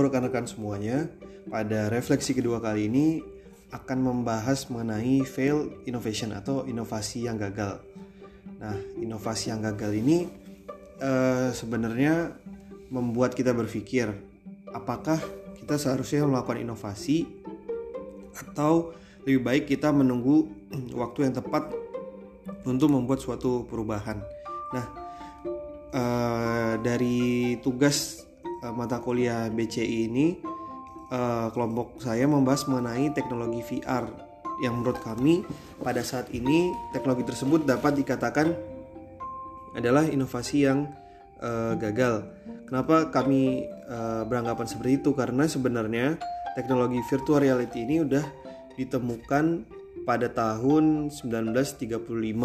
Halo rekan-rekan semuanya, pada refleksi kedua kali ini akan membahas mengenai failed innovation atau inovasi yang gagal. Nah, inovasi yang gagal ini sebenarnya membuat kita berpikir, apakah kita seharusnya melakukan inovasi atau lebih baik kita menunggu waktu yang tepat untuk membuat suatu perubahan. Nah, dari tugas mata kuliah BCI ini, kelompok saya membahas mengenai teknologi VR yang menurut kami pada saat ini teknologi tersebut dapat dikatakan adalah inovasi yang gagal. Kenapa kami beranggapan seperti itu? Karena sebenarnya teknologi virtual reality ini udah ditemukan pada tahun 1935,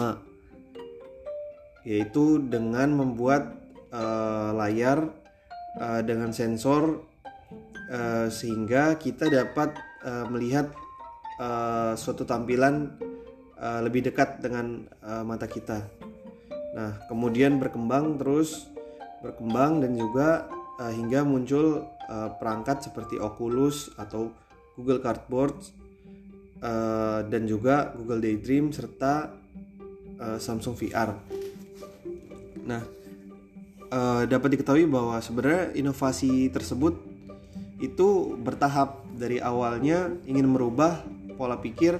yaitu dengan membuat layar dengan sensor sehingga kita dapat melihat suatu tampilan lebih dekat dengan mata kita. Nah, kemudian berkembang dan juga hingga muncul perangkat seperti Oculus atau Google Cardboard dan juga Google Daydream serta Samsung VR. Nah, dapat diketahui bahwa sebenarnya inovasi tersebut itu bertahap. Dari awalnya ingin merubah pola pikir,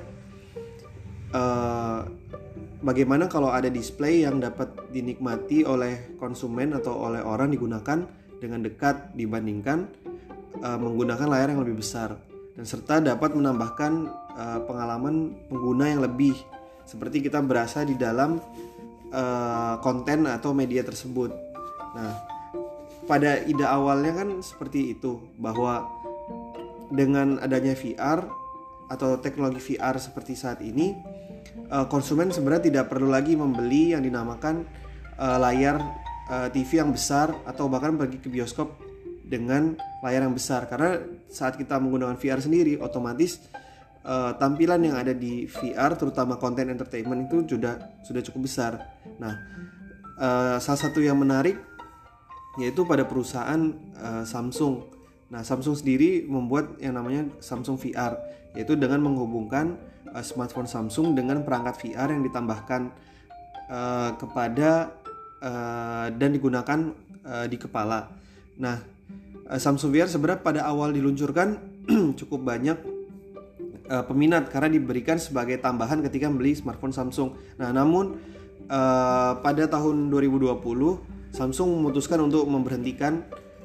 bagaimana kalau ada display yang dapat dinikmati oleh konsumen atau oleh orang digunakan dengan dekat dibandingkan menggunakan layar yang lebih besar, dan serta dapat menambahkan pengalaman pengguna yang lebih, seperti kita berasa di dalam konten atau media tersebut. Nah, pada ide awalnya kan seperti itu, bahwa dengan adanya VR atau teknologi VR seperti saat ini, konsumen sebenarnya tidak perlu lagi membeli yang dinamakan layar TV yang besar atau bahkan pergi ke bioskop dengan layar yang besar, karena saat kita menggunakan VR sendiri, otomatis tampilan yang ada di VR, terutama konten entertainment, itu sudah cukup besar. Nah, salah satu yang menarik yaitu pada perusahaan Samsung. Nah, Samsung sendiri membuat yang namanya Samsung VR, yaitu dengan menghubungkan smartphone Samsung dengan perangkat VR yang ditambahkan kepada dan digunakan di kepala. Nah, Samsung VR sebenarnya pada awal diluncurkan cukup banyak peminat karena diberikan sebagai tambahan ketika beli smartphone Samsung. Nah, namun pada tahun 2020 Samsung memutuskan untuk memberhentikan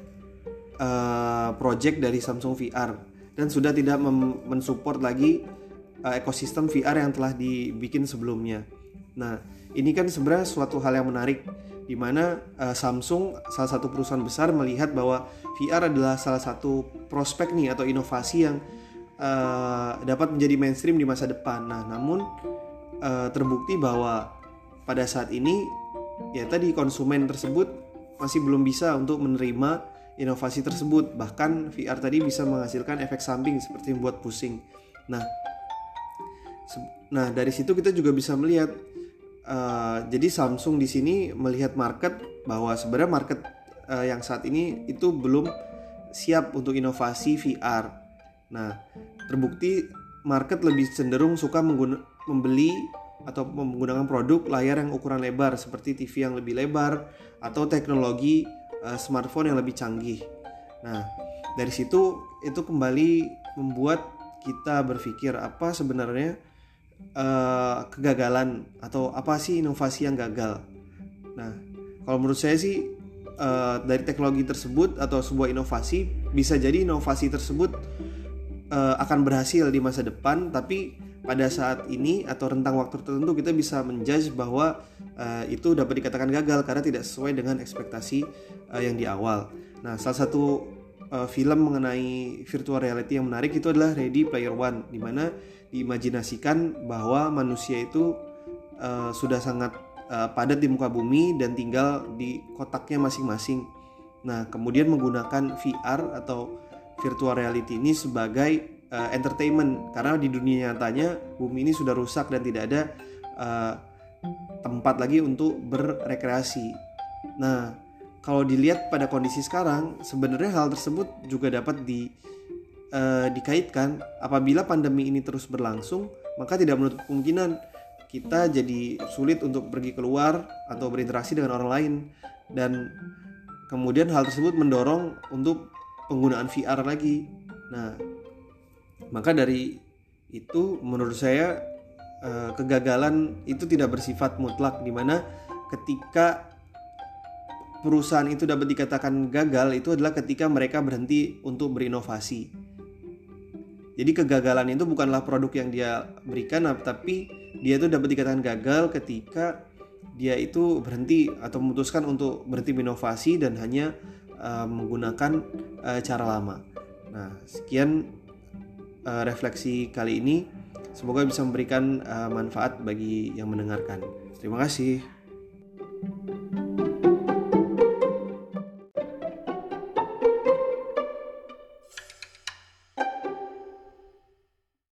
project dari Samsung VR dan sudah tidak mensupport lagi ekosistem VR yang telah dibikin sebelumnya. Nah, ini kan sebenarnya suatu hal yang menarik, di mana Samsung, salah satu perusahaan besar, melihat bahwa VR adalah salah satu prospek nih atau inovasi yang dapat menjadi mainstream di masa depan. Nah, namun terbukti bahwa pada saat ini ya tadi konsumen tersebut masih belum bisa untuk menerima inovasi tersebut. Bahkan VR tadi bisa menghasilkan efek samping seperti membuat pusing. Nah, dari situ kita juga bisa melihat jadi Samsung di sini melihat market, bahwa sebenarnya market yang saat ini itu belum siap untuk inovasi VR. Nah, terbukti market lebih cenderung suka membeli atau menggunakan produk layar yang ukuran lebar seperti TV yang lebih lebar atau teknologi smartphone yang lebih canggih. Nah, dari situ itu kembali membuat kita berpikir, apa sebenarnya kegagalan atau apa sih inovasi yang gagal. Nah, kalau menurut saya sih dari teknologi tersebut atau sebuah inovasi, bisa jadi inovasi tersebut akan berhasil di masa depan, tapi pada saat ini atau rentang waktu tertentu kita bisa menjudge bahwa itu dapat dikatakan gagal karena tidak sesuai dengan ekspektasi yang di awal. Nah, salah satu film mengenai virtual reality yang menarik itu adalah Ready Player One, di mana diimajinasikan bahwa manusia itu sudah sangat padat di muka bumi dan tinggal di kotaknya masing-masing. Nah, kemudian menggunakan VR atau virtual reality ini sebagai entertainment, karena di dunia nyatanya bumi ini sudah rusak dan tidak ada tempat lagi untuk berrekreasi. Nah, kalau dilihat pada kondisi sekarang, sebenarnya hal tersebut juga dapat dikaitkan. Apabila pandemi ini terus berlangsung, maka tidak menutup kemungkinan kita jadi sulit untuk pergi keluar atau berinteraksi dengan orang lain, dan kemudian hal tersebut mendorong untuk penggunaan VR lagi. Nah, maka dari itu menurut saya kegagalan itu tidak bersifat mutlak, di mana ketika perusahaan itu dapat dikatakan gagal itu adalah ketika mereka berhenti untuk berinovasi. Jadi kegagalan itu bukanlah produk yang dia berikan, tapi dia itu dapat dikatakan gagal ketika dia itu berhenti atau memutuskan untuk berhenti berinovasi dan hanya menggunakan cara lama. Nah, sekian refleksi kali ini. Semoga bisa memberikan manfaat bagi yang mendengarkan. Terima kasih.